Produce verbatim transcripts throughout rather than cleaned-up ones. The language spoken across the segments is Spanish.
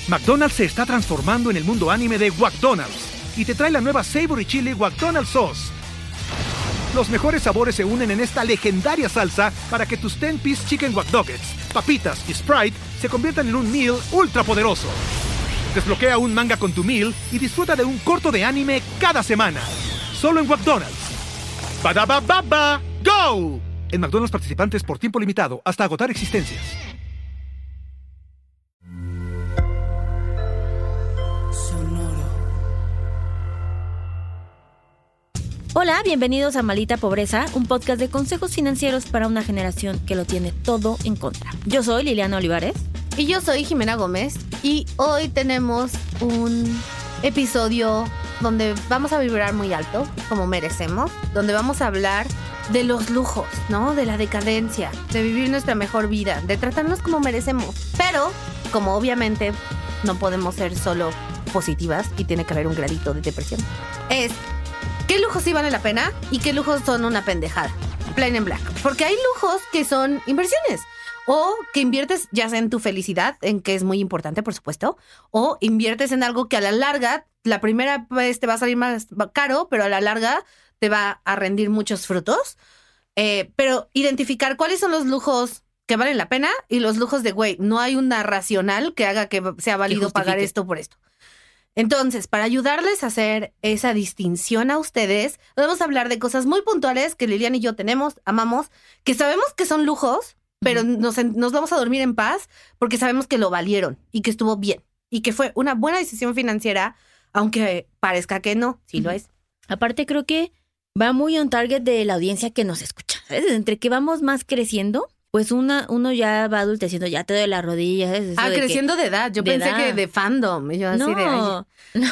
McDonald's se está transformando en el mundo anime de WackDonald's y te trae la nueva Savory Chili WackDonald's Sauce. Los mejores sabores se unen en esta legendaria salsa para que tus ten-piece chicken wack doggets, papitas y Sprite se conviertan en un meal ultra poderoso. Desbloquea un manga con tu meal y disfruta de un corto de anime cada semana. Solo en McDonald's. ¡Badabababa! ¡Go! En McDonald's participantes por tiempo limitado hasta agotar existencias. Hola, bienvenidos a Maldita Pobreza, un podcast de consejos financieros para una generación que lo tiene todo en contra. Yo soy Liliana Olivares. Y yo soy Jimena Gómez. Y hoy tenemos un episodio donde vamos a vibrar muy alto, como merecemos. Donde vamos a hablar de los lujos, ¿no? De la decadencia, de vivir nuestra mejor vida, de tratarnos como merecemos. Pero, como obviamente no podemos ser solo positivas y tiene que haber un gradito de depresión, es... ¿qué lujos sí vale la pena y qué lujos son una pendejada? Plain and black. Porque hay lujos que son inversiones. O que inviertes ya sea en tu felicidad, en que es muy importante, por supuesto. O inviertes en algo que a la larga, la primera vez te va a salir más caro, pero a la larga te va a rendir muchos frutos. Eh, pero identificar cuáles son los lujos que valen la pena y los lujos de, güey, no hay una racional que haga que sea válido pagar esto por esto. Entonces, para ayudarles a hacer esa distinción a ustedes, vamos a hablar de cosas muy puntuales que Liliana y yo tenemos, amamos, que sabemos que son lujos, pero uh-huh. nos, nos vamos a dormir en paz porque sabemos que lo valieron y que estuvo bien y que fue una buena decisión financiera, aunque parezca que no, sí uh-huh. lo es. Aparte, creo que va muy on target de la audiencia que nos escucha, ¿sabes? Entre que vamos más creciendo, pues una, uno ya va adulteciendo, ya te doy las rodillas. Eso ah, de creciendo que, de edad. Yo de pensé edad. que de fandom. Yo así no, de, no,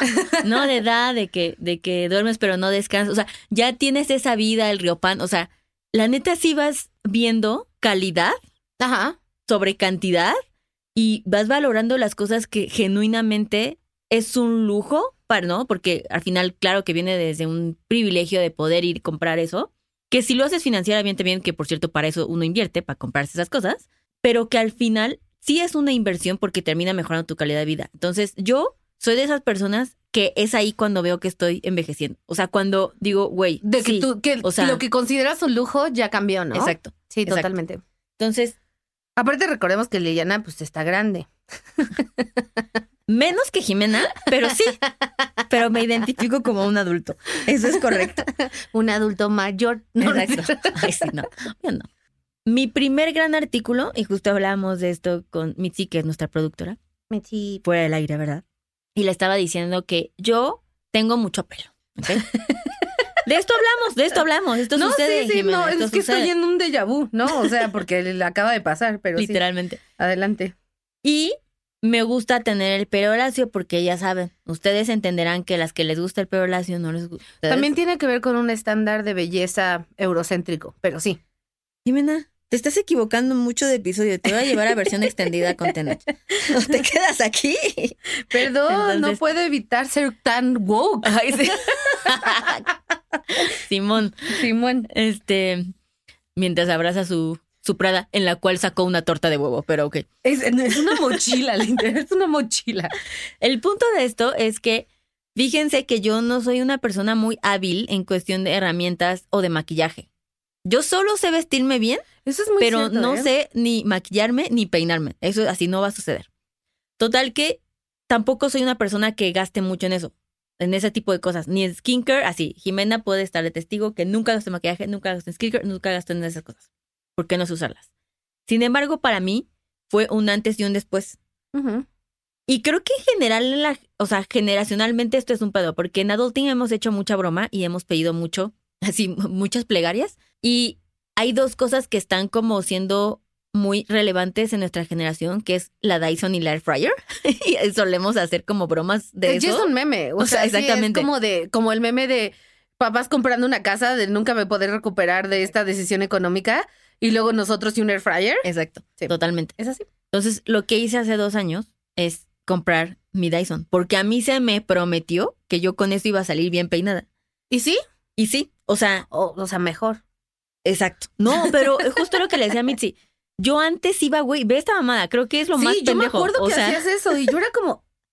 no, de edad, de que, de que duermes pero no descansas. O sea, ya tienes esa vida, el riopan. O sea, la neta sí vas viendo calidad Ajá. sobre cantidad y vas valorando las cosas que genuinamente es un lujo, para, ¿no? Porque al final, claro que viene desde un privilegio de poder ir y comprar eso. Que si lo haces financieramente bien, que por cierto para eso uno invierte, para comprarse esas cosas, pero que al final sí es una inversión porque termina mejorando tu calidad de vida. Entonces yo soy de esas personas que es ahí cuando veo que estoy envejeciendo. O sea, cuando digo, güey, de que sí, tú, que o sea, lo que consideras un lujo ya cambió, ¿no? Exacto. Sí, exacto. totalmente. Entonces, aparte recordemos que Liliana pues está grande. Menos que Jimena, pero sí. Pero me identifico como un adulto. Eso es correcto. Un adulto mayor. No, exacto. Ay, sí, no. Yo no. Mi primer gran artículo, y justo hablábamos de esto con Mitzi, que es nuestra productora. Mitzi. Fuera del aire, ¿verdad? Y le estaba diciendo que yo tengo mucho pelo. ¿Okay? De esto hablamos, de esto hablamos. Esto no, sucede, sí, sí, Jimena, no, esto es que sucede. estoy en un déjà vu, ¿no? O sea, porque le acaba de pasar, pero literalmente. Sí. Adelante. Y me gusta tener el pelo lacio porque ya saben, ustedes entenderán que las que les gusta el pelo lacio no les gusta. ¿Ustedes? También tiene que ver con un estándar de belleza eurocéntrico, pero sí. Jimena, te estás equivocando mucho de episodio. Te voy a llevar a versión extendida con Tenet. No te quedas aquí. Perdón, Entonces, no puedo evitar ser tan woke. Ay, sí. Simón. Simón. Este, mientras abraza su, su Prada, en la cual sacó una torta de huevo, pero ok. Es, es una mochila, literal, es una mochila. El punto de esto es que fíjense que yo no soy una persona muy hábil en cuestión de herramientas o de maquillaje. Yo solo sé vestirme bien, eso es muy pero cierto, no ¿eh? sé ni maquillarme ni peinarme. Eso así no va a suceder. Total que tampoco soy una persona que gaste mucho en eso, en ese tipo de cosas. Ni en skincare, así. Jimena puede estar de testigo que nunca gasto en maquillaje, nunca gasto en skincare, nunca gasto en esas cosas. ¿Por qué no sé usarlas? Sin embargo, para mí fue un antes y un después. Uh-huh. Y creo que en general, en la, o sea, generacionalmente esto es un pedo, porque en Adulting hemos hecho mucha broma y hemos pedido mucho, así, muchas plegarias. Y hay dos cosas que están como siendo muy relevantes en nuestra generación, que es la Dyson y la Air Fryer. Y solemos hacer como bromas de es eso. Es un meme. O, o sea, sea, exactamente. Sí, es como, de, como el meme de papás comprando una casa, de nunca me poder recuperar de esta decisión económica, y luego nosotros y un Air Fryer. Exacto, sí. Totalmente. Es así. Entonces, lo que hice hace dos años es comprar mi Dyson, porque a mí se me prometió que yo con eso iba a salir bien peinada. ¿Y sí? Y sí, o sea... O, o sea, mejor. Exacto. No, pero justo lo que le decía a Mitzi. Yo antes iba, güey, ve esta mamada, creo que es lo sí, más pendejo. pendejo. Sí, yo me acuerdo o que sea... hacías eso y yo era como,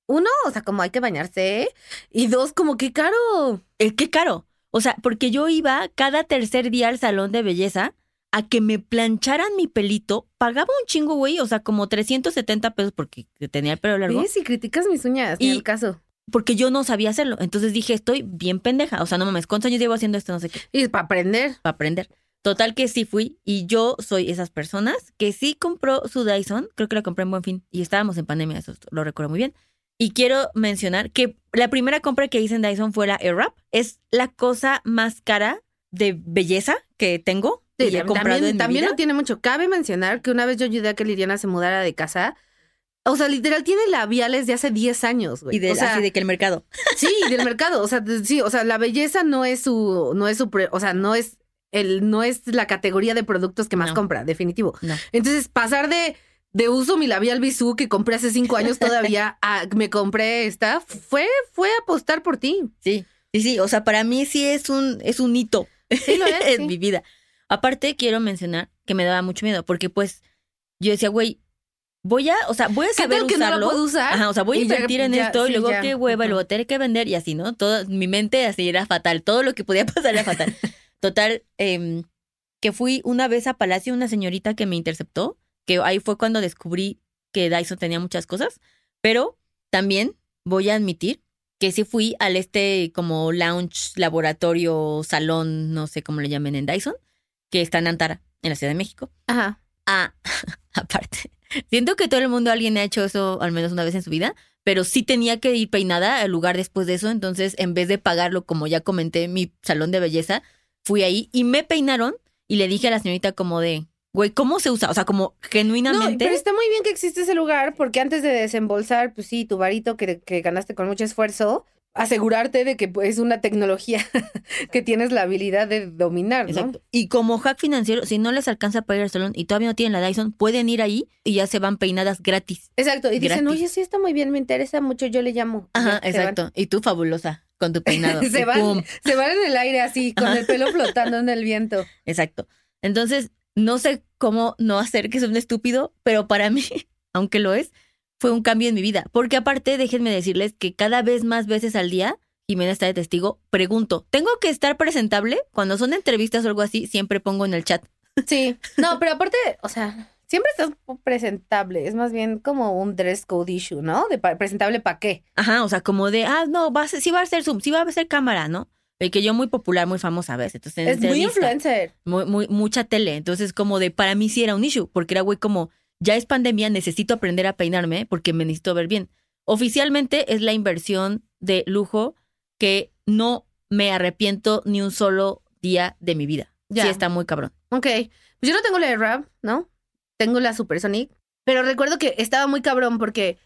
uno, o sea, como hay que bañarse. Y dos, como qué caro. Es que caro. O sea, porque yo iba cada tercer día al salón de belleza a que me plancharan mi pelito. Pagaba un chingo, güey. O sea, como trescientos setenta pesos porque tenía el pelo largo. ¿Ves? Si criticas mis uñas, Y- en el caso. Porque yo no sabía hacerlo. Entonces dije, estoy bien pendeja. O sea, no mames, ¿cuántos años llevo haciendo esto? No sé qué. Y para aprender. Para aprender. Total que sí fui. Y yo soy esas personas que sí compró su Dyson. Creo que la compré en Buen Fin. Y estábamos en pandemia, eso lo recuerdo muy bien. Y quiero mencionar que la primera compra que hice en Dyson fue la Airwrap. Es la cosa más cara de belleza que tengo. Sí, y he comprado también en mi también vida. no tiene mucho. Cabe mencionar que una vez yo ayudé a que Liliana se mudara de casa. O sea, literal, tiene labiales de hace diez años, güey. Y de, o sea, así de que el mercado. sí, del mercado. O sea, de- sí, o sea, la belleza no es su, no es su, pre- o sea, no es el, no es la categoría de productos que más No. compra, definitivo. No. Entonces, pasar de, de uso mi labial Bisú que compré hace cinco años todavía a me compré esta, fue, fue apostar por ti. Sí, sí, sí. O sea, para mí sí es un, es un hito Sí, lo es, en sí. mi vida. Aparte, quiero mencionar que me daba mucho miedo, porque pues yo decía, güey, voy a, o sea, voy a ¿Qué saber tal que no la usarlo. puedo usar? Ajá, o sea, voy a Y ya- invertir en ya, esto y sí, luego ya. qué hueva, Ujú. luego tener que vender y así, ¿no? Todo, mi mente así era fatal, todo lo que podía pasar era fatal. Total, em, que fui una vez a Palacio, una señorita que me interceptó, que ahí fue cuando descubrí que Dyson tenía muchas cosas, pero también voy a admitir que sí fui al este como lounge, laboratorio, salón, no sé cómo le llamen en Dyson, que está en Antara, en la Ciudad de México. Ajá. Ah, aparte, siento que todo el mundo, alguien ha hecho eso al menos una vez en su vida, pero sí tenía que ir peinada al lugar después de eso, entonces en vez de pagarlo, como ya comenté, mi salón de belleza, fui ahí y me peinaron y le dije a la señorita como de, güey, ¿cómo se usa? O sea, como No, genuinamente. pero está muy bien que existe ese lugar porque antes de desembolsar, pues sí, tu varito que, que ganaste con mucho esfuerzo, asegurarte de que pues, es una tecnología que tienes la habilidad de dominar, ¿no? Exacto. Y como hack financiero, si no les alcanza para ir al salón y todavía no tienen la Dyson, pueden ir ahí y ya se van peinadas gratis. Exacto. Y dicen, Gratis. oye, sí está muy bien, me interesa mucho, yo le llamo. Y Ajá, ya, se van. exacto. Y tú fabulosa con tu peinado. Se Y van, pum. se van en el aire así, con Ajá. el pelo flotando en el viento. Exacto. Entonces, no sé cómo no hacer que sea un estúpido, pero para mí, aunque lo es, fue un cambio en mi vida. Porque aparte, déjenme decirles que cada vez más veces al día, Jimena está de testigo, pregunto, ¿tengo que estar presentable? Cuando son entrevistas o algo así, siempre pongo en el chat. Sí. No, pero aparte, o sea, siempre estás presentable. Es más bien como un dress code issue, ¿no? De pa- presentable para qué. Ajá, o sea, como de, ah, no, va a ser, sí va a ser Zoom, sí va a ser cámara, ¿no? Y que yo muy popular, muy famosa a veces. Entonces, en Es muy entrevista, influencer. muy, muy, mucha tele. Entonces, como de, para mí sí era un issue, porque era, güey, como, ya es pandemia, necesito aprender a peinarme porque me necesito ver bien. Oficialmente es la inversión de lujo que no me arrepiento ni un solo día de mi vida. Ya. Sí está muy cabrón. Ok, pues yo no tengo la Airwrap, ¿no? Tengo la Supersonic, pero recuerdo que estaba muy cabrón porque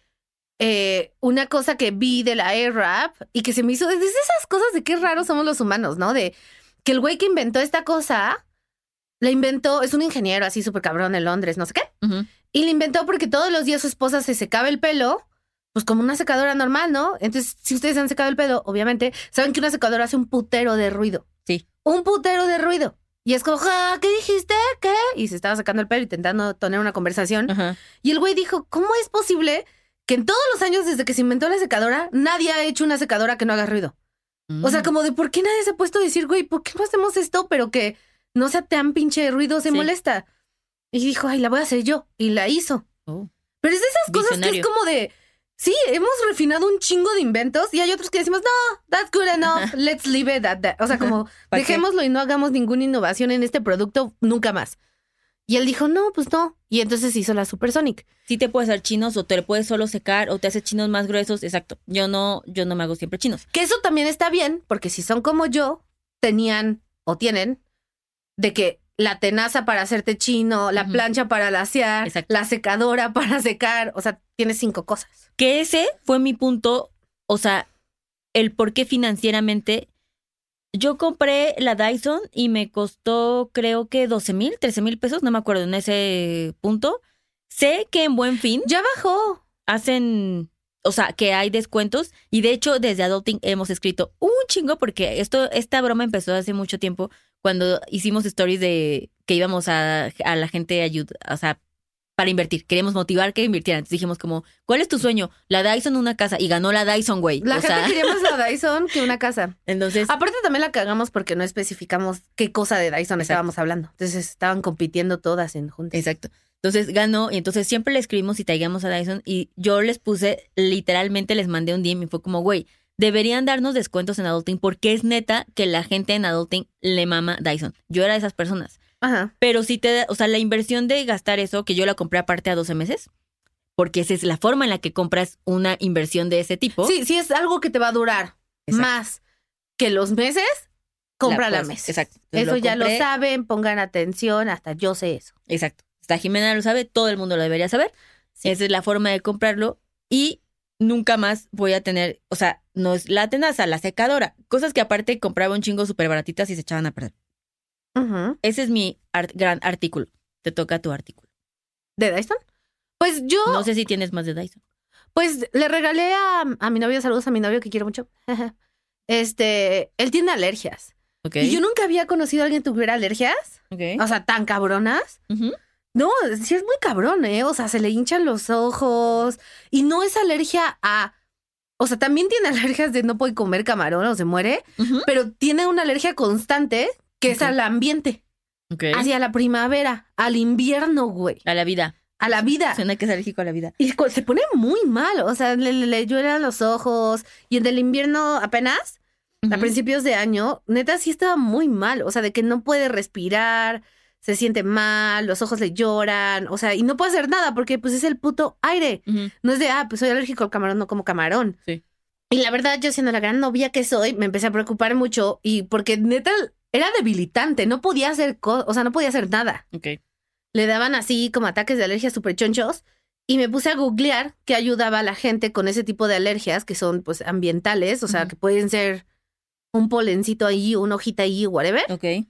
eh, una cosa que vi de la Airwrap y que se me hizo, es de esas cosas de qué raros somos los humanos, ¿no? De que el güey que inventó esta cosa, la inventó, es un ingeniero así súper cabrón en Londres, no sé qué, Ujú. y la inventó porque todos los días su esposa se secaba el pelo, pues como una secadora normal, ¿no? Entonces, si ustedes han secado el pelo, obviamente, saben que una secadora hace un putero de ruido. Sí. Un putero de ruido. Y es como, "Ja, ¿qué dijiste? ¿Qué?" Y se estaba sacando el pelo intentando tener una conversación. Ajá. Y el güey dijo, ¿cómo es posible que en todos los años desde que se inventó la secadora, nadie ha hecho una secadora que no haga ruido? O sea, Mm. como de, ¿por qué nadie se ha puesto a decir, güey, ¿por qué no hacemos esto? Pero que no sea tan pinche ruido, se Sí. molesta. Y dijo, ay, la voy a hacer yo. Y la hizo. Oh. Pero es de esas cosas que Visionario. es como de, sí, hemos refinado un chingo de inventos y hay otros que decimos, no, that's good enough, Ajá. let's leave it at that. O sea, como, ¿Pa' qué? dejémoslo y no hagamos ninguna innovación en este producto nunca más. Y él dijo, no, pues no. Y entonces hizo la Supersonic. Sí te puedes hacer chinos o te le puedes solo secar o te haces chinos más gruesos. Exacto. Yo no, yo no me hago siempre chinos. Que eso también está bien, porque si son como yo, tenían o tienen de que la tenaza para hacerte chino, la Ujú. plancha para lasear, Exacto. la secadora para secar, o sea, tienes cinco cosas. Que ese fue mi punto, o sea, el por qué financieramente. Yo compré la Dyson y me costó creo que doce mil, trece mil pesos, no me acuerdo en ese punto. Sé que en Buen Fin Ya bajó. hacen, o sea, que hay descuentos y de hecho desde Adulting hemos escrito un chingo porque esto, esta broma empezó hace mucho tiempo cuando hicimos stories de que íbamos a, a la gente ayuda, o sea, para invertir. Queríamos motivar que invirtieran. Entonces dijimos como, ¿cuál es tu sueño? La Dyson, una casa. Y ganó la Dyson, güey. La o gente sea, quería más la Dyson que una casa. Entonces, Aparte también la cagamos porque no especificamos qué cosa de Dyson Exacto. estábamos hablando. Entonces estaban compitiendo todas en juntas. exacto. Entonces ganó y entonces siempre le escribimos y tagueamos a Dyson y yo les puse, literalmente les mandé un D M y fue como, güey, deberían darnos descuentos en Adulting porque es neta que la gente en Adulting le mama Dyson. Yo era de esas personas. Ajá. Pero si te, o sea, la inversión de gastar eso, que yo la compré aparte a doce meses, porque esa es la forma en la que compras una inversión de ese tipo. Sí, sí es algo que te va a durar Exacto. más que los meses, compra la pues, mes. Exacto. Entonces Eso ya lo compré. saben, pongan atención, hasta yo sé eso. Exacto. Hasta Jimena lo sabe, todo el mundo lo debería saber. Sí. Esa es la forma de comprarlo y nunca más voy a tener, o sea, no es la tenaza, la secadora, cosas que aparte compraba un chingo súper baratitas y se echaban a perder. Ujú. Ese es mi art- gran artículo. Te toca tu artículo. ¿De Dyson? Pues yo, No sé si tienes más de Dyson. pues le regalé a, a mi novio, saludos a mi novio que quiero mucho. Este, él tiene alergias. Ok. Y yo nunca había conocido a alguien que tuviera alergias, Ok. o sea, tan cabronas. Ujú. No, sí es muy cabrón, ¿eh? O sea, se le hinchan los ojos y no es alergia a... O sea, también tiene alergias de no puede comer camarón o se muere, Ujú. pero tiene una alergia constante que es Ok. al ambiente, Ok. hacia la primavera, al invierno, güey, A la vida. a la vida. Suena que es alérgico a la vida. Y cu- se pone muy mal, o sea, le, le, le lloran los ojos y en el invierno apenas, a Ujú. principios de año, neta sí estaba muy mal, o sea, de que no puede respirar, se siente mal, los ojos le lloran, o sea, y no puede hacer nada porque pues es el puto aire. Ujú. No es de, ah, pues soy alérgico al camarón, no como camarón. Sí. Y la verdad, yo siendo la gran novia que soy, me empecé a preocupar mucho y porque neta era debilitante, no podía hacer cosas, o sea, no podía hacer nada. Ok. Le daban así como ataques de alergia súper chonchos y me puse a googlear qué ayudaba a la gente con ese tipo de alergias que son pues ambientales, o sea, Ujú. que pueden ser un polencito ahí, una hojita ahí, whatever. Ok.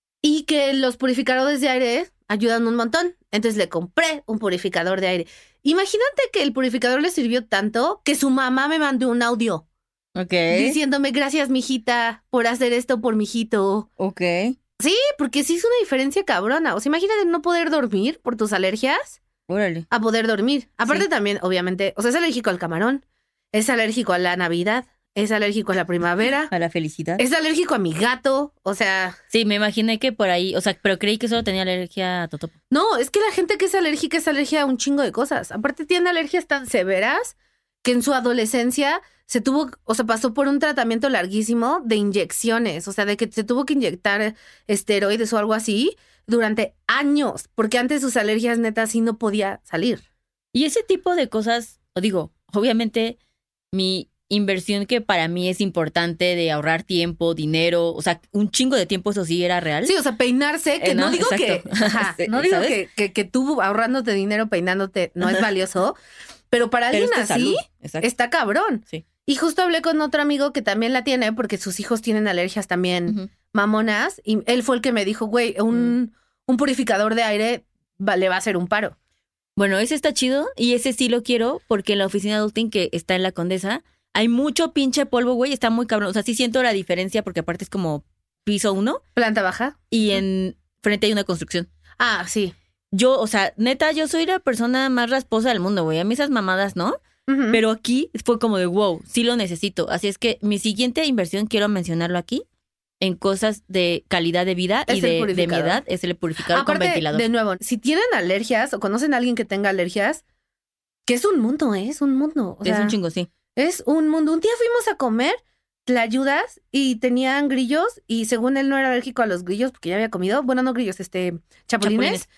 Y que los purificadores de aire ayudan un montón. Entonces le compré un purificador de aire. Imagínate que el purificador le sirvió tanto que su mamá me mandó un audio Ok. diciéndome gracias, mijita, por hacer esto por mijito. Ok. Sí, porque sí es una diferencia cabrona. O sea, imagínate no poder dormir por tus alergias Órale. a poder dormir. Aparte Sí. también, obviamente, o sea, es alérgico al camarón, es alérgico a la Navidad, es alérgico a la primavera, A la felicidad. es alérgico a mi gato. O sea, Sí, me imaginé que por ahí, o sea, pero creí que solo tenía alergia a Totopo. no, es que la gente que es alérgica es alérgica a un chingo de cosas. Aparte tiene alergias tan severas que en su adolescencia se tuvo, o sea, pasó por un tratamiento larguísimo de inyecciones, o sea, de que se tuvo que inyectar esteroides o algo así durante años, porque antes sus alergias netas sí no podía salir. Y ese tipo de cosas, o digo, obviamente mi inversión que para mí es importante de ahorrar tiempo, dinero, o sea, un chingo de tiempo, eso sí era real. Sí, o sea, peinarse, que Eh, no, no, digo exacto. que, ajá, Sí, no digo ¿sabes? que, que, que tú ahorrándote dinero peinándote no es valioso, pero para Pero alguien esto es así salud. Exacto. está cabrón. Sí. Y justo hablé con otro amigo que también la tiene porque sus hijos tienen alergias también Ujú. mamonas y él fue el que me dijo, güey, un, un purificador de aire va- le va a hacer un paro. Bueno, ese está chido y ese sí lo quiero porque en la oficina de Adulting que está en la Condesa hay mucho pinche polvo, güey, está muy cabrón. O sea, sí siento la diferencia porque aparte es como piso uno Planta baja. y en frente hay una construcción. Ah, sí. Yo, o sea, neta, yo soy la persona más rasposa del mundo, güey. A mí esas mamadas, ¿no? Ujú. Pero aquí fue como de wow, sí lo necesito. Así es que mi siguiente inversión, quiero mencionarlo aquí, en cosas de calidad de vida Es y el de, de mi purificador. edad, es el purificador con Aparte, ventilador. de nuevo, si tienen alergias o conocen a alguien que tenga alergias, que es un mundo, ¿eh? Es un mundo. O es sea, un chingo, sí. Es un mundo. Un día fuimos a comer tlayudas y tenían grillos y según él no era alérgico a los grillos porque ya había comido. Bueno, no grillos, este, chapulines. Chapulines.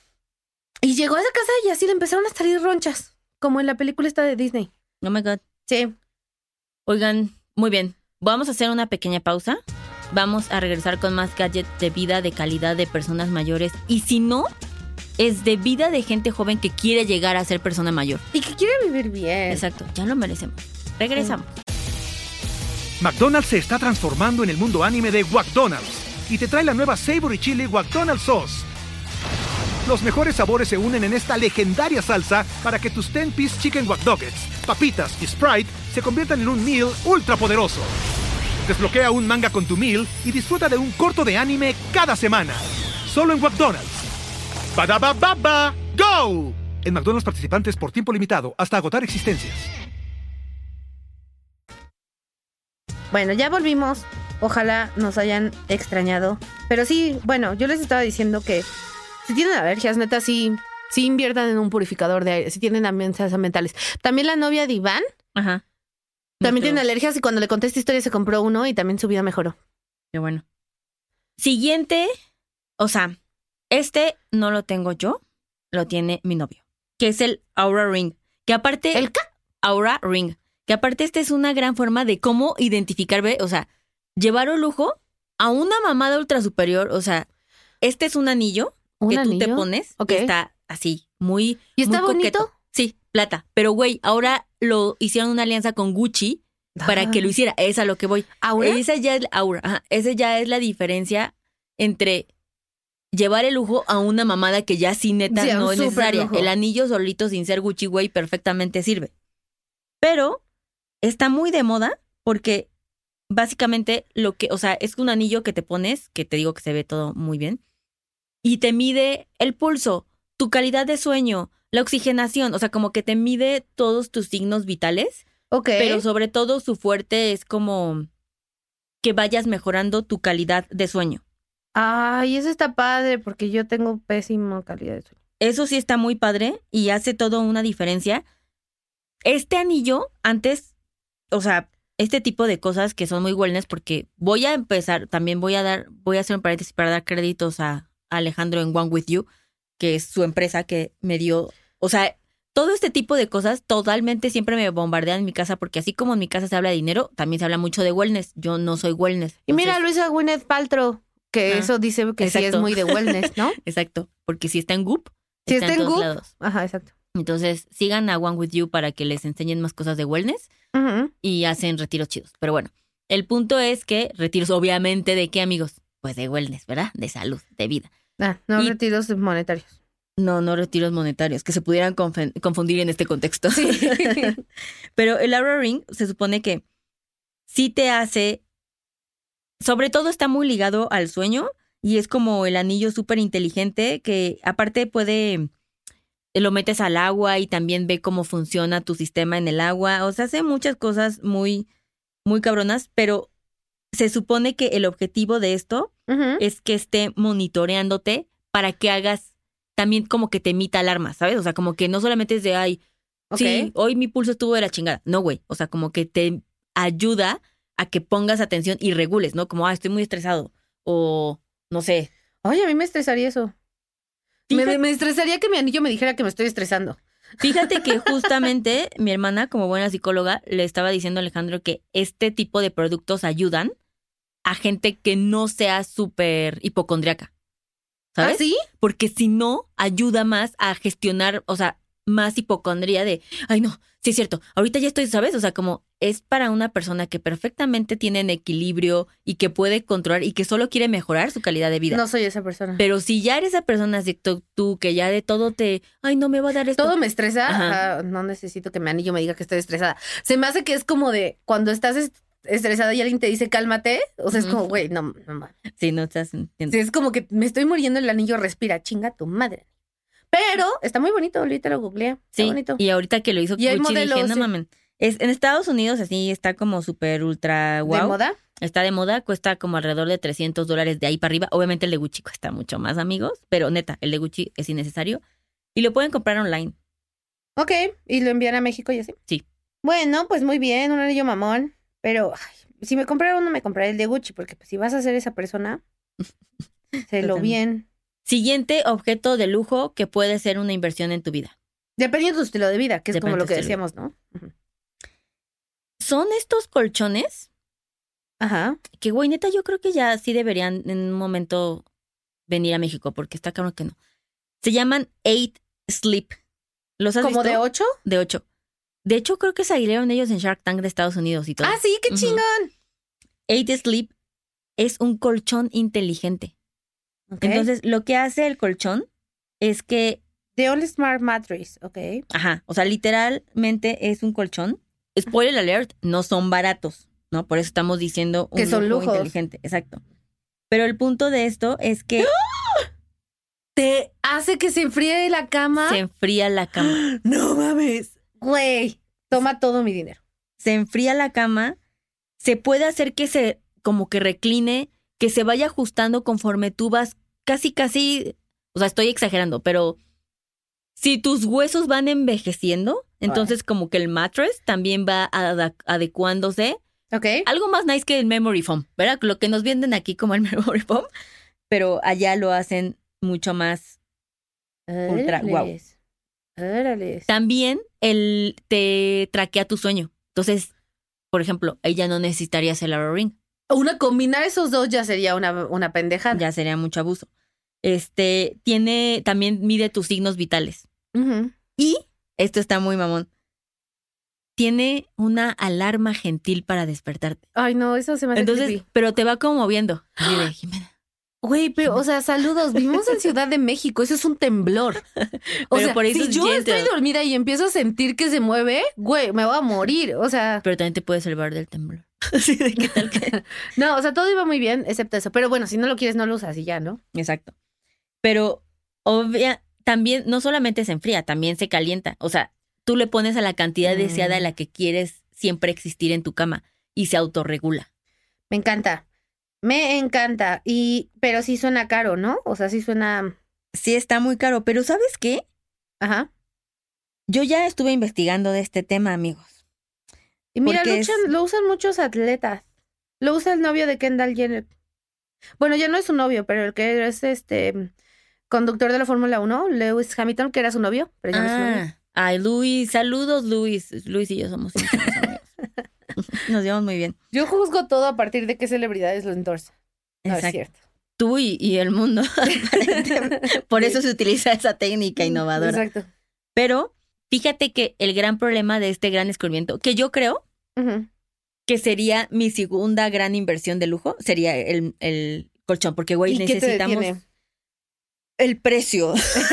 Y llegó a esa casa y así le empezaron a salir ronchas, como en la película esta de Disney. Oh my God. Sí. Oigan, muy bien. Vamos a hacer una pequeña pausa. Vamos a regresar con más gadgets de vida, de calidad de personas mayores. Y si no, es de vida de gente joven que quiere llegar a ser persona mayor. Y que quiere vivir bien. Exacto, ya lo merecemos. Regresamos. McDonald's se está transformando en el mundo anime de McDonald's y te trae la nueva Savory Chili McDonald's Sauce. Los mejores sabores se unen en esta legendaria salsa para que tus ten piece Chicken Wack Nuggets, papitas y Sprite se conviertan en un meal ultra poderoso. Desbloquea un manga con tu meal y disfruta de un corto de anime cada semana. Solo en McDonald's. ¡Badabababa! ¡Go! En McDonald's participantes por tiempo limitado hasta agotar existencias. Bueno, ya volvimos. Ojalá nos hayan extrañado. Pero sí, bueno, yo les estaba diciendo que si tienen alergias, neta, sí, sí inviertan en un purificador de aire. Si tienen amenazas ambientales. También la novia de Iván. Ajá. También No, tiene alergias y cuando le conté esta historia se compró uno y también su vida mejoró. Qué bueno. Siguiente, o sea, este no lo tengo yo, lo tiene mi novio, que es el Aura Ring. Que aparte... ¿El qué? Aura Ring. Que aparte esta es una gran forma de cómo identificar, ¿ve? O sea, llevar un lujo a una mamada ultra superior. O sea, este es un anillo ¿Un que anillo? tú te pones. Ok. Que está así, muy ¿Y está muy coqueto. bonito? Sí, plata. Pero, güey, ahora lo hicieron una alianza con Gucci para Ah. que lo hiciera. Es a lo que voy. ¿Aura? Esa ya es Aura. Ajá. Esa ya es la diferencia entre llevar el lujo a una mamada que ya sí neta Sí, a un no es súper necesaria. lujo. El anillo solito sin ser Gucci, güey, perfectamente sirve. Pero está muy de moda porque básicamente lo que, o sea, es un anillo que te pones, que te digo que se ve todo muy bien, y te mide el pulso, tu calidad de sueño, la oxigenación, o sea, como que te mide todos tus signos vitales, Ok. pero sobre todo su fuerte es como que vayas mejorando tu calidad de sueño. Ay, eso está padre porque yo tengo pésima calidad de sueño. Eso sí está muy padre y hace todo una diferencia. Este anillo, antes, o sea, este tipo de cosas que son muy wellness, porque voy a empezar, también voy a dar, voy a hacer un paréntesis para dar créditos a Alejandro en One With You, que es su empresa que me dio, o sea, todo este tipo de cosas totalmente siempre me bombardean en mi casa, porque así como en mi casa se habla de dinero, también se habla mucho de wellness. Yo no soy wellness. Y mira, entonces- Luisa Gwyneth Paltrow, que Ah, eso dice que sí es exacto. muy de wellness, ¿no? Exacto, porque si está en Goop, Si está, está en en todos Goop. lados. Ajá, exacto. Entonces, sigan a One With You para que les enseñen más cosas de wellness Ujú. y hacen retiros chidos. Pero bueno, el punto es que retiros obviamente de qué, amigos? Pues de wellness, ¿verdad? De salud, de vida. Ah, no Y- retiros monetarios. No, no retiros monetarios, que se pudieran confen- confundir en este contexto. Pero el Aura Ring se supone que sí te hace, sobre todo está muy ligado al sueño y es como el anillo súper inteligente que aparte puede, lo metes al agua y también ve cómo funciona tu sistema en el agua. O sea, hace muchas cosas muy, muy cabronas, pero se supone que el objetivo de esto Ujú. es que esté monitoreándote para que hagas también como que te emita alarmas, ¿sabes? O sea, como que no solamente es de, ay, Ok. sí, hoy mi pulso estuvo de la chingada. No, güey. O sea, como que te ayuda a que pongas atención y regules, ¿no? Como, ah, estoy muy estresado. O, no sé. Oye, a mí me estresaría eso. Me, Fíjate, me estresaría que mi anillo me dijera que me estoy estresando. fíjate que justamente mi hermana, como buena psicóloga, le estaba diciendo a Alejandro que este tipo de productos ayudan a gente que no sea súper hipocondriaca. ¿Sabes? ¿Ah, sí? Porque si no, ayuda más a gestionar, o sea, más hipocondría de, ay no, sí es cierto, ahorita ya estoy, ¿sabes? O sea, como es para una persona que perfectamente tiene en equilibrio y que puede controlar y que solo quiere mejorar su calidad de vida. No soy esa persona. Pero si ya eres esa persona, así tú, tú que ya de todo te, ay no me va a dar esto. Todo me estresa. Ajá. Ajá, no necesito que mi anillo me diga que estoy estresada. Se me hace que es como de cuando estás est- estresada y alguien te dice cálmate. O sea, es Ujú. como, güey, no, no, no. Sí, no estás entiendo. Sí, es como que me estoy muriendo, el anillo respira, chinga tu madre. Pero está muy bonito, ahorita lo googleé. Está Sí, bonito. y ahorita que lo hizo Y hay Gucci dije, modelos, no sí. mamen. Es, en Estados Unidos así está como súper ultra wow. ¿De moda? Está de moda, cuesta como alrededor de trescientos dólares de ahí para arriba. Obviamente el de Gucci cuesta mucho más, amigos, pero neta, el de Gucci es innecesario. Y lo pueden comprar online. Ok, y lo envían a México y así. Sí. Bueno, pues muy bien, un anillo mamón. Pero ay, si me comprara uno, me compraré el de Gucci, porque pues, si vas a ser esa persona, sé lo Totalmente. bien. Siguiente objeto de lujo que puede ser una inversión en tu vida. Depende de tu estilo de vida, que es Depende como lo de tu que estilo de decíamos, ¿no? Ujú. Son estos colchones Ajá. que, güey, neta, yo creo que ya sí deberían en un momento venir a México, porque está claro que no. Se llaman Eight Sleep. ¿Los has ¿Como visto? de ocho? De ocho. De hecho, creo que salieron ellos en Shark Tank de Estados Unidos y todo. Ah, sí, qué Ujú. chingón. Eight Sleep es un colchón inteligente. Ok. Entonces, lo que hace el colchón es que, The All Smart Mattress, ok. ajá, o sea, literalmente es un colchón. Spoiler alert, no son baratos, ¿no? Por eso estamos diciendo un Que son lujo lujos. inteligente, exacto. Pero el punto de esto es que ¿Te hace que se enfríe la cama? Se enfría la cama. No mames. Güey, toma todo mi dinero. Se enfría la cama. Se puede hacer que se como que recline, que se vaya ajustando conforme tú vas casi, casi... O sea, estoy exagerando, pero si tus huesos van envejeciendo, entonces como que el mattress también va ad- adecuándose. Ok. Algo más nice que el memory foam, ¿verdad? Lo que nos venden aquí como el memory foam, pero allá lo hacen mucho más ultra guau. Órale. También el te traquea tu sueño. Entonces, por ejemplo, ella no necesitaría hacer la Oura Ring. Una combinar esos dos ya sería una, una pendejada. Ya sería mucho abuso. Este, tiene, también mide tus signos vitales. Uh-huh. Y, esto está muy mamón, tiene una alarma gentil para despertarte. Ay, no, eso se me hace Entonces, creepy. pero te va como moviendo. Así de, Jimena. Güey, pero, o sea, saludos. Vivimos en Ciudad de México. Eso es un temblor. O Pero sea, por eso si es yo gentle. estoy dormida y empiezo a sentir que se mueve, güey, me voy a morir. O sea, Pero también te puede salvar del temblor. Así de qué tal que... no, o sea, todo iba muy bien, excepto eso. Pero bueno, si no lo quieres, no lo usas y ya, ¿no? Exacto. Pero, obvia, también, no solamente se enfría, también se calienta. O sea, tú le pones a la cantidad Mm. deseada de la que quieres siempre existir en tu cama y se autorregula. Me encanta. Me encanta. Y, pero sí suena caro, ¿no? O sea, sí suena. Sí está muy caro, pero ¿sabes qué? Ajá. Yo ya estuve investigando de este tema, amigos. Y mira, Porque luchan, es- lo usan muchos atletas. Lo usa el novio de Kendall Jenner. Bueno, ya no es su novio, pero el que es este conductor de la Fórmula uno, Lewis Hamilton, que era su novio, pero ya no es su novio. Ah, ay, Luis, saludos, Luis. Luis y yo somos íntimos amigos. Nos llevamos muy bien. Yo juzgo todo a partir de qué celebridades lo endorsan. No es Exacto. cierto. Tú y, y el mundo. aparentemente. Por eso se utiliza esa técnica innovadora. Exacto. Pero fíjate que el gran problema de este gran descubrimiento, que yo creo Ujú. que sería mi segunda gran inversión de lujo, sería el, el colchón, porque, güey, ¿Y qué te necesitamos detiene? el precio.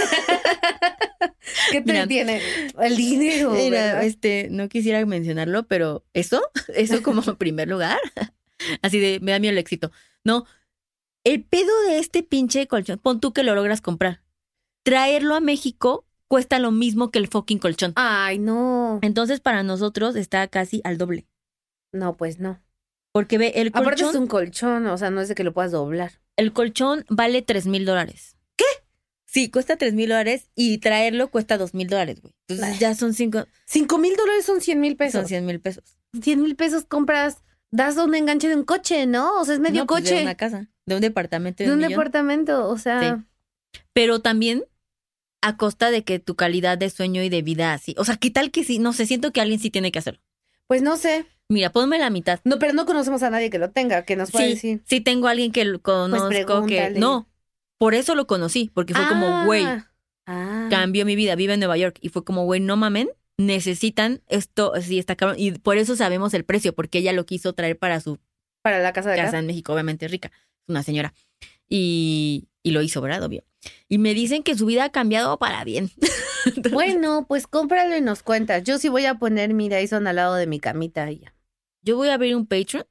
¿Qué te Mira, detiene? El dinero. Mira, ¿verdad? este, no quisiera mencionarlo, pero eso, eso como primer lugar, así de, me da miedo el éxito. No, el pedo de este pinche colchón, pon tú que lo logras comprar. Traerlo a México cuesta lo mismo que el fucking colchón. Ay, no. Entonces, para nosotros está casi al doble. No, pues no. Porque ve, el Aparte colchón, es un colchón, o sea, no es de que lo puedas doblar. el colchón vale tres mil dólares. ¿Qué? Sí, cuesta tres mil dólares y traerlo cuesta dos mil dólares, güey. Entonces Ay. ya son cinco, Cinco mil dólares son cien mil pesos. son cien mil pesos. Cien mil pesos compras, das un enganche de un coche, ¿no? O sea, es medio No, pues, coche. de una casa, de un departamento de, de un un millón. departamento, o sea. Pero también a costa de que tu calidad de sueño y de vida así. O sea, ¿qué tal que sí? No sé, siento que alguien sí tiene que hacerlo. Pues no sé. Mira, ponme la mitad. No, pero no conocemos a nadie que lo tenga, que nos pueda Sí, decir. sí tengo a alguien que lo conozco que... pregúntale. No, por eso lo conocí, porque fue como, güey, Ah. cambió mi vida, vive en Nueva York. Y fue como, güey, no mamen, necesitan esto, sí, está cabrón. Y por eso sabemos el precio, porque ella lo quiso traer para su Para la casa de casa acá. en México, obviamente rica, una señora. Y, y lo hizo, ¿verdad? Obvio. Y me dicen que su vida ha cambiado para bien. Bueno, pues cómpralo y nos cuentas. Yo sí voy a poner mi Dyson al lado de mi camita y ya. Yo voy a abrir un Patreon,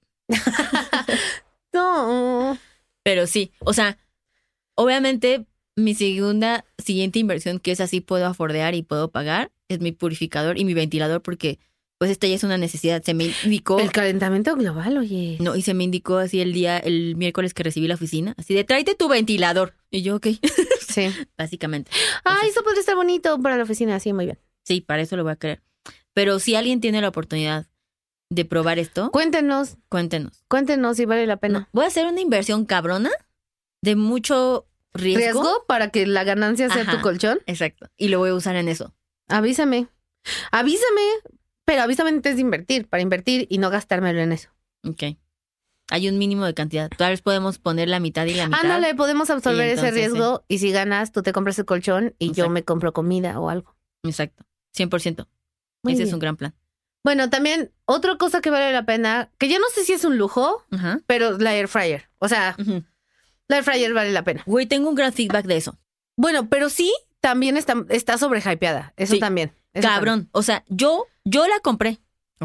No. pero sí, o sea, obviamente mi segunda, siguiente inversión que es así puedo afordear y puedo pagar es mi purificador y mi ventilador porque pues esta ya es una necesidad. Se me indicó, El calentamiento global, oye. no, y se me indicó así el día, el miércoles que recibí la oficina, así de tráete tu ventilador. Y yo, ok, Sí. básicamente. Ay, eso podría estar bonito para la oficina. Sí, muy bien. Sí, para eso lo voy a querer. Pero si alguien tiene la oportunidad de probar esto, Cuéntenos, cuéntenos. cuéntenos si vale la pena. No, voy a hacer una inversión cabrona de mucho riesgo. ¿Riesgo para que la ganancia sea Ajá. tu colchón? Exacto. Y lo voy a usar en eso. Avísame. Avísame, pero avísame antes de invertir, para invertir y no gastármelo en eso. Ok. Hay un mínimo de cantidad. Tal vez podemos poner la mitad y la mitad. Ándale, podemos absorber Y ese entonces, riesgo y si ganas, tú te compras el colchón y yo Exacto. me compro comida o algo. Exacto. cien por ciento. Muy Ese es bien. un gran plan. Bueno, también otra cosa que vale la pena, que yo no sé si es un lujo, Ajá. pero la air fryer. O sea, Ujú. la air fryer vale la pena. Güey, tengo un gran feedback de eso. Bueno, pero sí, también está, está sobrehypeada. Eso Sí. también. Eso Cabrón. O sea, yo, yo la compré. ¿Ok?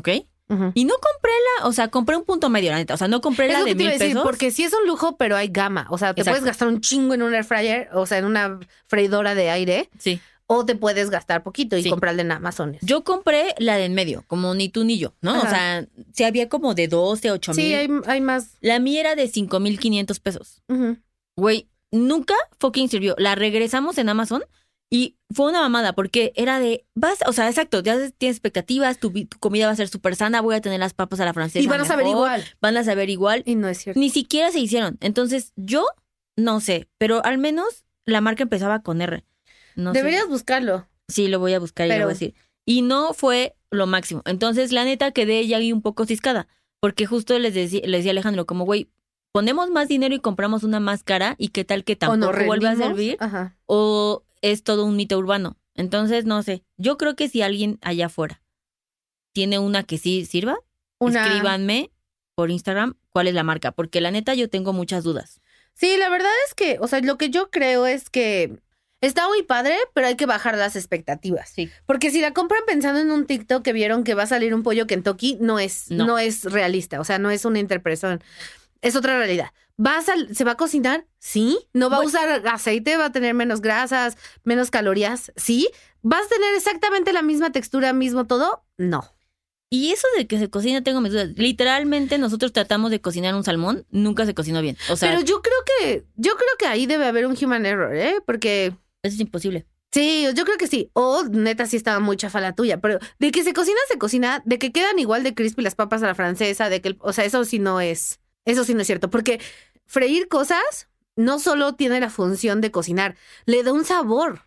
Ujú. Y no compré la, o sea, compré un punto medio, la neta. O sea, no compré Es la lo de que te iba mil a decir, pesos. porque sí es un lujo, pero hay gama. O sea, te Exacto. puedes gastar un chingo en un air fryer, o sea, en una freidora de aire, Sí. o te puedes gastar poquito y Sí. comprarle en Amazon. Yo compré la de en medio, como ni tú ni yo, ¿no? Ajá. O sea, sí había como de doce, ocho mil. Sí, hay, hay más. La mía era de cinco mil quinientos pesos. Ujú. Güey, nunca fucking sirvió. La regresamos en Amazon y fue una mamada porque era de, vas, o sea, exacto, ya tienes expectativas, tu, vi- tu comida va a ser súper sana, voy a tener las papas a la francesa. Y van a saber mejor, igual. Van a saber igual. Y no es cierto. Ni siquiera se hicieron. Entonces, yo no sé, pero al menos la marca empezaba con R. No sé. Deberías buscarlo. Sí, lo voy a buscar y Pero- lo voy a decir. Y no fue lo máximo. Entonces, la neta, quedé ya ahí un poco ciscada. Porque justo les decía, les decía a Alejandro, como, güey, ponemos más dinero y compramos una más cara y qué tal que O no tampoco vuelve a rendimos. servir Ajá. o es todo un mito urbano. Entonces, no sé. Yo creo que si alguien allá afuera tiene una que sí sirva, Una... escríbanme por Instagram cuál es la marca. Porque la neta, yo tengo muchas dudas. Sí, la verdad es que, o sea, lo que yo creo es que está muy padre, pero hay que bajar las expectativas. Sí. Porque si la compran pensando en un TikTok que vieron que va a salir un pollo Kentucky, no es, no, No. es realista. O sea, no es una interpretación. Es otra realidad. ¿Va a sal- ¿Se va a cocinar? Sí. ¿No va Bueno. a usar aceite? ¿Va a tener menos grasas, menos calorías? Sí. ¿Vas a tener exactamente la misma textura, mismo todo? No. Y eso de que se cocina, tengo mis dudas. Literalmente nosotros tratamos de cocinar un salmón, nunca se cocinó bien. O sea, Pero yo creo que, yo creo que ahí debe haber un human error, ¿eh? Porque eso es imposible. sí, yo creo que sí. O neta sí estaba muy chafa la tuya. Pero de que se cocina, se cocina. De que quedan igual de crispy las papas a la francesa. De que, el- o sea, eso sí no es. Eso sí no es cierto. Porque freír cosas no solo tiene la función de cocinar, le da un sabor.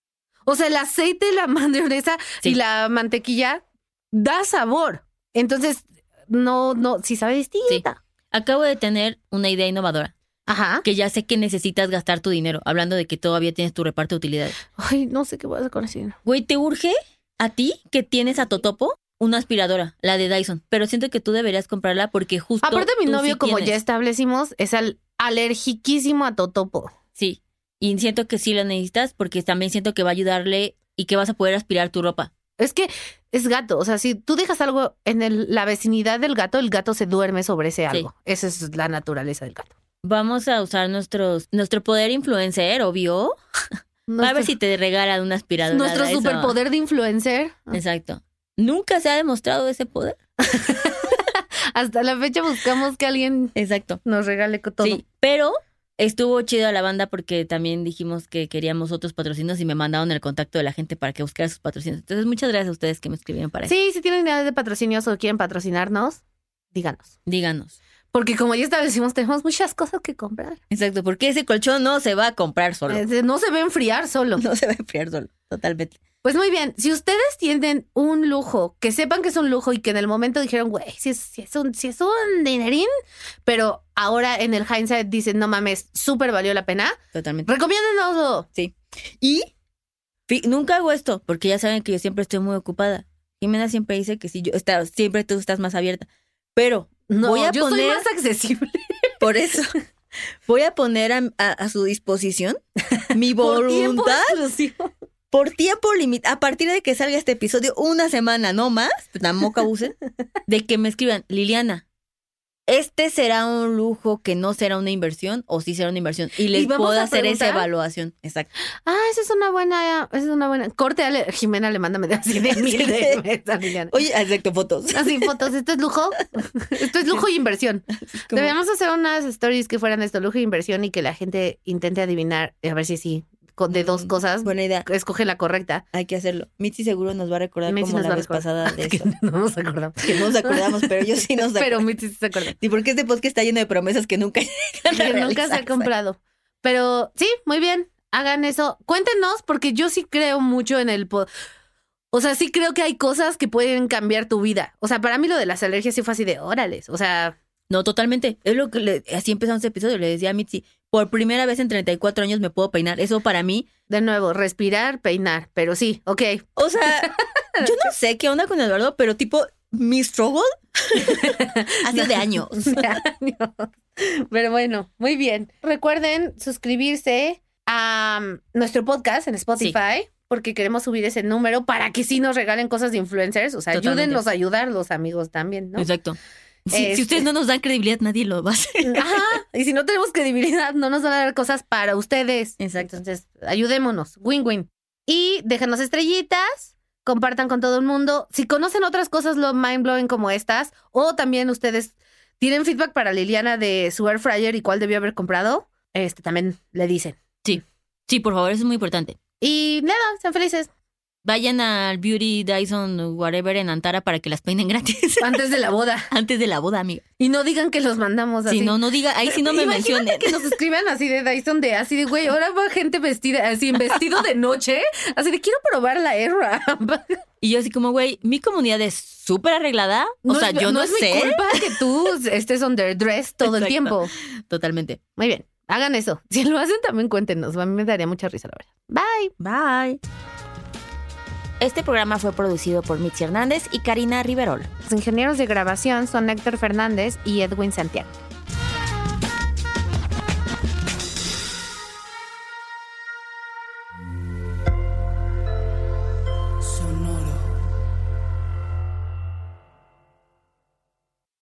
O sea, el aceite, la mayonesa Sí. y la mantequilla da sabor. Entonces, no, no, sí sabe distinta. Acabo de tener una idea innovadora, Ajá. que ya sé que necesitas gastar tu dinero, hablando de que todavía tienes tu reparto de utilidades. Ay, no sé qué voy a hacer con ese dinero. Güey, ¿te urge a ti que tienes a Totopo una aspiradora, la de Dyson? Pero siento que tú deberías comprarla porque justo Aparte, mi tú novio, sí como tienes. ya establecimos, es al alergiquísimo a Totopo. Sí, y siento que sí lo necesitas porque también siento que va a ayudarle y que vas a poder aspirar tu ropa. Es que es gato, o sea, si tú dejas algo en el- la vecinidad del gato, el gato se duerme sobre ese algo. Esa es la naturaleza del gato. Vamos a usar nuestros nuestro poder influencer, obvio. A ver si te regalan una aspiradora. nuestro de eso. superpoder de influencer. Exacto. Nunca se ha demostrado ese poder. Hasta la fecha buscamos que alguien Exacto. nos regale co- todo. Sí, pero estuvo chido la banda porque también dijimos que queríamos otros patrocinios y me mandaron el contacto de la gente para que buscara sus patrocinios. Entonces, muchas gracias a ustedes que me escribieron para eso. Sí, si tienen ideas de patrocinios o quieren patrocinarnos, díganos. Díganos. Porque como ya establecimos, tenemos muchas cosas que comprar. Exacto, porque ese colchón no se va a comprar solo. Eh, No se va a enfriar solo. No se va a enfriar solo, totalmente. Pues muy bien, si ustedes tienen un lujo, que sepan que es un lujo y que en el momento dijeron, güey, si es, si es un, si es un dinerín, pero ahora en el hindsight dicen, no mames, súper valió la pena, Totalmente. recomiéndenoslo. Sí. Y fi- nunca hago esto porque ya saben que yo siempre estoy muy ocupada. Jimena siempre dice que sí, yo está, siempre tú estás más abierta. Pero No, voy a yo soy poner, más accesible. por eso, voy a poner a, a- a su disposición mi Por tiempo voluntad exclusivo. por tiempo limitado. A partir de que salga este episodio, una semana, no más, tampoco abusen, de que me escriban, Liliana, ¿este será un lujo que no será una inversión o sí será una inversión? Y les ¿Y vamos puedo a hacer esa preguntar? evaluación. Exacto. Ah, esa es una buena, esa es una buena. Corte, Ale, Jimena le manda así de mil de mes a Liliana. Oye, exacto, fotos. Así, fotos, ¿esto es lujo? Esto es lujo y inversión. Como- Debíamos hacer unas stories que fueran esto, lujo y inversión, y que la gente intente adivinar, a ver si sí, con- de dos Mm, cosas, Buena idea. escoge la correcta. Hay que hacerlo. Mitzi seguro nos va a recordar Mitzi como nos la va a vez recordar. pasada de Que eso. no nos acordamos. Que no nos acordamos, pero yo sí nos Pero acuerdo. Mitzi sí se acuerda. ¿Y por qué este podcast está lleno de promesas que nunca llegan a Que nunca se ha realizarse? comprado. Pero sí, muy bien, hagan eso. Cuéntenos, porque yo sí creo mucho en el... po- O sea, sí creo que hay cosas que pueden cambiar tu vida. O sea, para mí lo de las alergias sí fue así de órales. O sea, No, totalmente. Es lo que le- así empezamos este episodio. Le decía a Mitzi, por primera vez en treinta y cuatro años me puedo peinar. Eso para mí, de nuevo, respirar, peinar. Pero sí, ok. o sea, yo no sé qué onda con Eduardo, pero tipo, mi struggle ha sido de años. De años. Pero bueno, muy bien. Recuerden suscribirse a um, nuestro podcast en Spotify. porque queremos subir ese número para que sí nos regalen cosas de influencers. O sea, Totalmente. ayúdennos a ayudar los amigos también, ¿no? Exacto. Si, Este- si ustedes no nos dan credibilidad, nadie lo va a hacer. Ajá. Y si no tenemos credibilidad, no nos van a dar cosas para ustedes. Exacto. Entonces, ayudémonos. Win-win. Y déjenos estrellitas. Compartan con todo el mundo. Si conocen otras cosas lo mind-blowing como estas, o también ustedes tienen feedback para Liliana de su air fryer y cuál debió haber comprado, este también le dicen. Sí, sí, por favor, eso es muy importante. Y nada, sean felices. Vayan al Beauty Dyson whatever en Antara para que las peinen gratis Antes de la boda. antes de la boda, amiga. Y no digan que los mandamos así. Si no, no diga, ahí sí no me Imagínate mencionen. que nos escriban así de Dyson, de así de, güey, ahora va gente vestida, así en vestido de noche, así de, quiero probar la AirWrap. Y yo así como, güey, mi comunidad es súper arreglada. O No sea, es- yo no, es sé. mi culpa que tú estés underdressed todo el Exacto. tiempo. Totalmente. Muy bien, hagan eso. Si lo hacen, también cuéntenos. A mí me daría mucha risa, la verdad. Bye. Bye. Este programa fue producido por Mitzi Hernández y Karina Riverol. Los ingenieros de grabación son Héctor Fernández y Edwin Santiago.